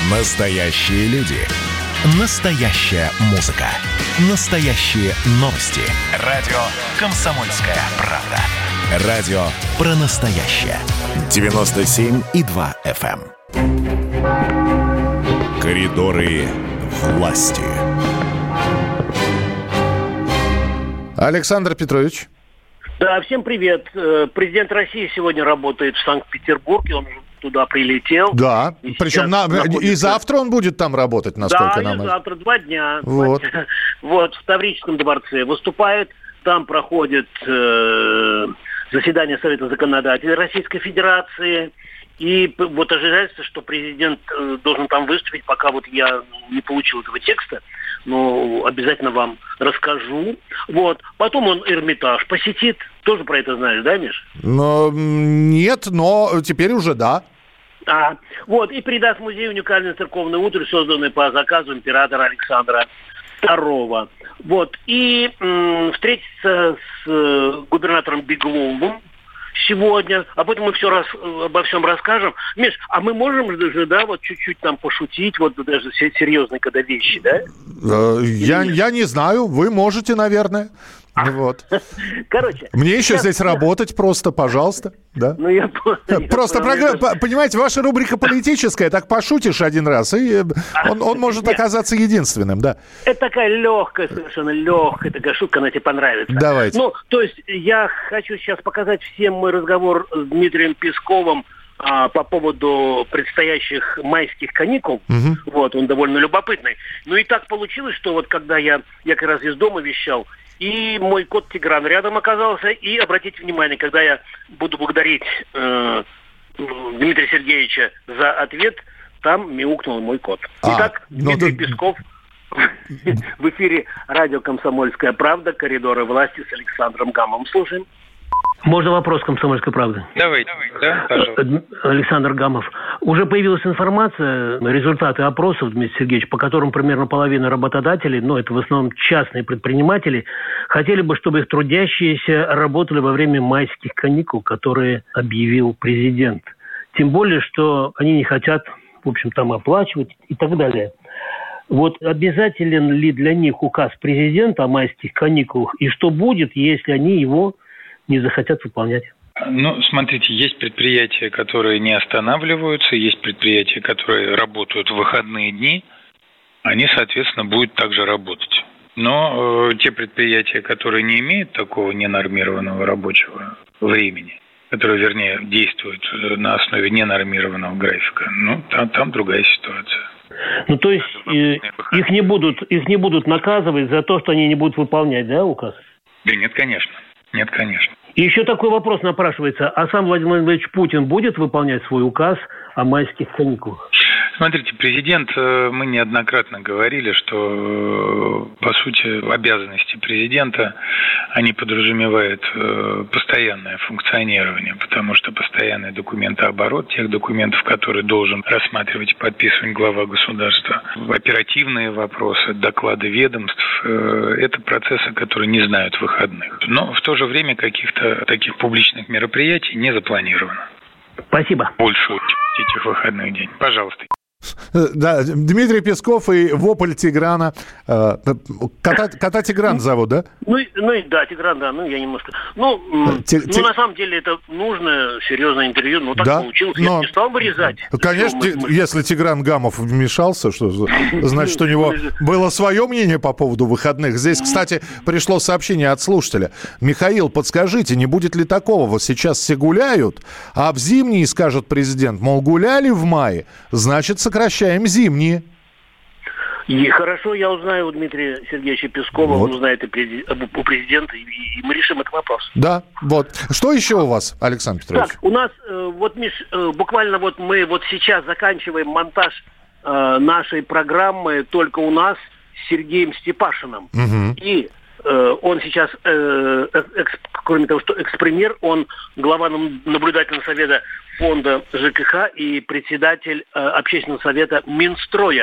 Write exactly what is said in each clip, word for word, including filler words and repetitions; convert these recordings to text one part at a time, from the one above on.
Настоящие люди. Настоящая музыка. Настоящие новости. Радио «Комсомольская правда». Радио про настоящее. девяносто семь и два эф эм. Коридоры власти. Александр Петрович. Да, всем привет. Президент России сегодня работает в Санкт-Петербурге, он туда прилетел. Да, и причем на, находится... и завтра он будет там работать, насколько да, нам... Да, и завтра, два дня. Вот. Вот, в Таврическом дворце выступает, там проходит э, заседание Совета законодателей Российской Федерации. И вот ожидается, что президент э, должен там выступить, пока вот я не получил этого текста, но обязательно вам расскажу. Вот. Потом он Эрмитаж посетит. Тоже про это знаешь, да, Миш? Но, нет, но теперь уже да. А, вот. И передаст музей уникальной церковной утварь, созданной по заказу императора Александра Второго. Вот. И м, встретится с э, губернатором Бегловым сегодня. Об этом мы все раз, обо всем расскажем. Миш, а мы можем даже, да, вот чуть-чуть там пошутить, вот даже серьезные когда вещи, да? Я, я не знаю, вы можете, наверное. Вот. Короче. Мне еще сейчас... здесь работать просто, пожалуйста. Да? Ну, я понял. Просто, программа, понимаете, ваша рубрика политическая, так пошутишь один раз, и он, он может оказаться единственным, да. Это такая легкая, совершенно легкая такая шутка, она тебе понравится. Давайте. Ну, то есть я хочу сейчас показать всем мой разговор с Дмитрием Песковым а, по поводу предстоящих майских каникул. Угу. Вот, он довольно любопытный. Ну и так получилось, что вот когда я, я как раз из дома вещал, и мой кот Тигран рядом оказался. И обратите внимание, когда я буду благодарить э, Дмитрия Сергеевича за ответ, там мяукнул мой кот. А, Итак, Дмитрий ты... Песков в эфире радио «Комсомольская правда», «Коридоры власти» с Александром Гамовым. Слушаем. Можно вопрос «Комсомольской правды»? Давайте, да, пожалуйста. Александр Гамов. Уже появилась информация, результаты опросов, Дмитрий Сергеевич, по которым примерно половина работодателей, но это в основном частные предприниматели, хотели бы, чтобы их трудящиеся работали во время майских каникул, которые объявил президент. Тем более, что они не хотят, в общем, там оплачивать и так далее. Вот обязателен ли для них указ президента о майских каникулах, и что будет, если они его не захотят выполнять? Ну, смотрите, есть предприятия, которые не останавливаются, есть предприятия, которые работают в выходные дни, они, соответственно, будут также работать. Но э, те предприятия, которые не имеют такого ненормированного рабочего времени, которые, вернее, действуют на основе ненормированного графика, ну, там, там другая ситуация. Ну, то есть э, их не будут, их не будут наказывать за то, что они не будут выполнять, да, указ? Да нет, конечно. Нет, конечно. И еще такой вопрос напрашивается. А сам Владимир Владимирович Путин будет выполнять свой указ о майских каникулах? Смотрите, президент, мы неоднократно говорили, что, по сути, обязанности президента, они подразумевают постоянное функционирование, потому что постоянный документооборот тех документов, которые должен рассматривать и подписывать глава государства, оперативные вопросы, доклады ведомств, это процессы, которые не знают выходных. Но в то же время каких-то таких публичных мероприятий не запланировано. Спасибо. Большую этих выходных дней. Пожалуйста. Да, Дмитрий Песков и вопль Тиграна. Кота, кота Тигран зовут, да? Ну, ну и да, Тигран, да, ну я немножко... Ну, Ти, ну ти... на самом деле это нужное, серьезное интервью, ну так да? получилось, но... я не стал вырезать. Конечно, мы, мы... если Тигран Гамов вмешался, что значит, у него было свое мнение по поводу выходных. Здесь, кстати, пришло сообщение от слушателя. Михаил, подскажите, не будет ли такого? Вот сейчас все гуляют, а в зимние, скажет президент, мол, гуляли в мае, значит, сокращаем зимние. И хорошо, я узнаю у Дмитрия Сергеевича Пескова, вот. Он узнает и у президента, и, и мы решим этот вопрос. Да, вот. Что еще у вас, Александр Петрович? Так, у нас, э, вот, Миш, э, буквально вот мы вот сейчас заканчиваем монтаж э, нашей программы «Только у нас» с Сергеем Степашиным. Угу. И э, он сейчас, э, экс, кроме того, что экс-премьер, он глава наблюдательного совета фонда ЖКХ и председатель э, общественного совета Минстроя.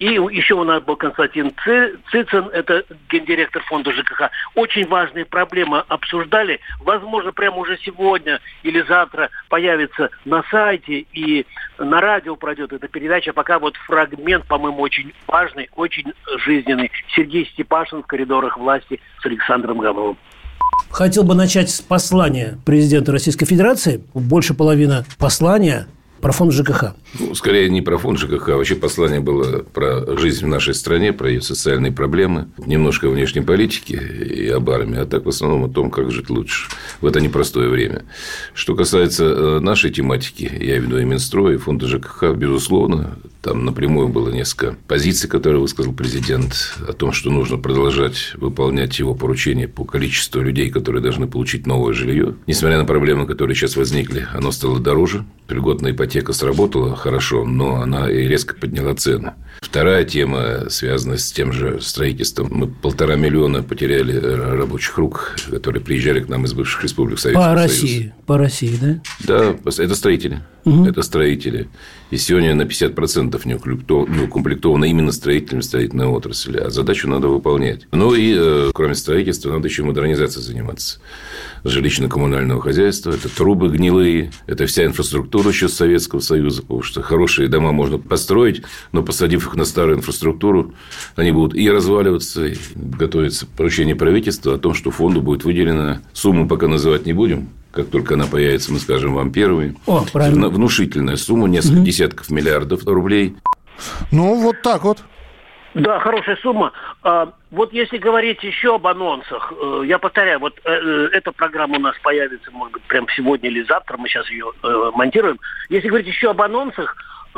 И еще у нас был Константин Цицин, это гендиректор фонда ЖКХ. Очень важные проблемы обсуждали. Возможно, прямо уже сегодня или завтра появится на сайте и на радио пройдет эта передача. Пока вот фрагмент, по-моему, очень важный, очень жизненный. Сергей Степашин в коридорах власти с Александром Гамовым. Хотел бы начать с послания президента Российской Федерации. Больше половины послания про фонд ЖКХ. Ну, скорее, не про фонд ЖКХ. Вообще послание было про жизнь в нашей стране, про ее социальные проблемы, немножко внешней политики и об армии, а так в основном о том, как жить лучше в это непростое время. Что касается нашей тематики, я имею в виду и Минстрой, и фонда ЖКХ, безусловно, там напрямую было несколько позиций, которые высказал президент о том, что нужно продолжать выполнять его поручения по количеству людей, которые должны получить новое жилье. Несмотря на проблемы, которые сейчас возникли, оно стало дороже. Льготная ипотека сработала хорошо, но она и резко подняла цены. Вторая тема связана с тем же строительством. Мы полтора миллиона потеряли рабочих рук, которые приезжали к нам из бывших республик Советского По Союза. России, по России, да? Да, это строители. Угу. Это строители. И сегодня на пятьдесят процентов не укомплектована именно строителями строительная отрасль. А задачу надо выполнять. Ну и э, кроме строительства надо еще модернизацией заниматься. Жилищно-коммунального хозяйства, это трубы гнилые, это вся инфраструктура еще с Советского Союза, потому что хорошие дома можно построить, но посадив их на старую инфраструктуру, они будут и разваливаться, и готовится поручение правительства о том, что фонду будет выделена сумма, пока называть не будем. Как только она появится, мы скажем вам первые. О, правильно. Внушительная сумма, несколько угу. десятков миллиардов рублей. Ну, вот так вот. Да, хорошая сумма. А, вот если говорить еще об анонсах, э, я повторяю, вот э, эта программа у нас появится, может быть, прямо сегодня или завтра, мы сейчас ее э, монтируем. Если говорить еще об анонсах, э,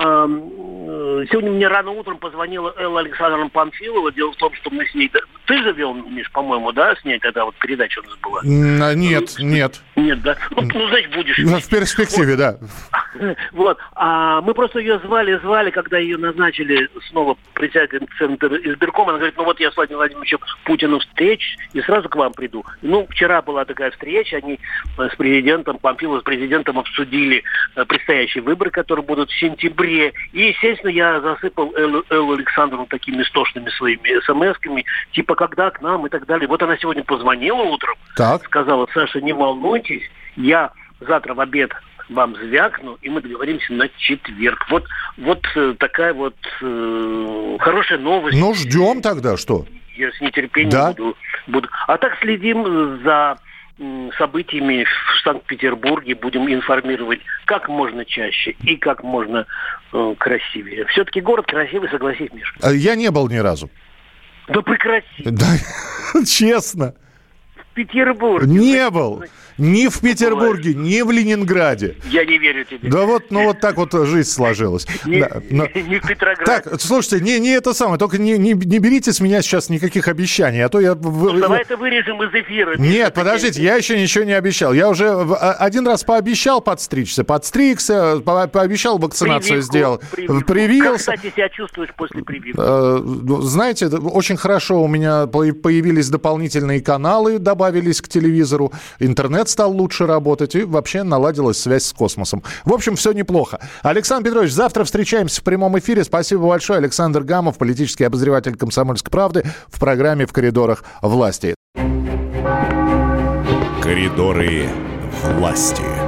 э, сегодня мне рано утром позвонила Элла Александровна Памфилова. Дело в том, что мы с ней... Ты же вел, Миш, по-моему, да, с ней, когда вот передача у нас была? Нет, нет. Нет, да? Ну, ну значит, будешь. В перспективе, вот. Да. Вот. А мы просто ее звали, звали, когда ее назначили снова председателем Центра избиркома. Она говорит, ну вот я с Владимиром Владимировичем Путиным встречусь и сразу к вам приду. Ну, вчера была такая встреча, они с президентом, Памфилов с президентом обсудили предстоящие выборы, которые будут в сентябре. И, естественно, я засыпал Эллу, Эллу Александровну такими истошными своими смс-ками, типа, когда к нам и так далее. Вот она сегодня позвонила утром, так. Сказала, Саша, не волнуйтесь, я завтра в обед вам звякну, и мы договоримся на четверг. Вот, вот такая вот э, хорошая новость. Ну, ждем тогда, что? Я с нетерпением да? буду, буду. А так следим за э, событиями в Санкт-Петербурге, будем информировать как можно чаще и как можно э, красивее. Все-таки город красивый, согласись, Миша. Я не был ни разу. Да прекрати. Да, честно. В Петербурге. Не был. Ни в Петербурге, ни в Ленинграде. Я не верю тебе. Да вот, ну вот так вот жизнь сложилась. Не, да, но... не в Петрограде. Так, слушайте, не, не это самое, только не, не, не берите с меня сейчас никаких обещаний, а то я... Ну, давай это вырежем из эфира. Нет, подождите, я еще ничего не обещал. Я уже один раз пообещал подстричься, подстригся, по- пообещал вакцинацию прививку, сделал. Прививку. Привился. Как, кстати, себя чувствуешь после прививки? Знаете, очень хорошо у меня появились дополнительные каналы, добавились к телевизору, интернет стал лучше работать, и вообще наладилась связь с космосом. В общем, все неплохо. Александр Петрович, завтра встречаемся в прямом эфире. Спасибо большое. Александр Гамов, политический обозреватель «Комсомольской правды» в программе «В коридорах власти». Коридоры власти.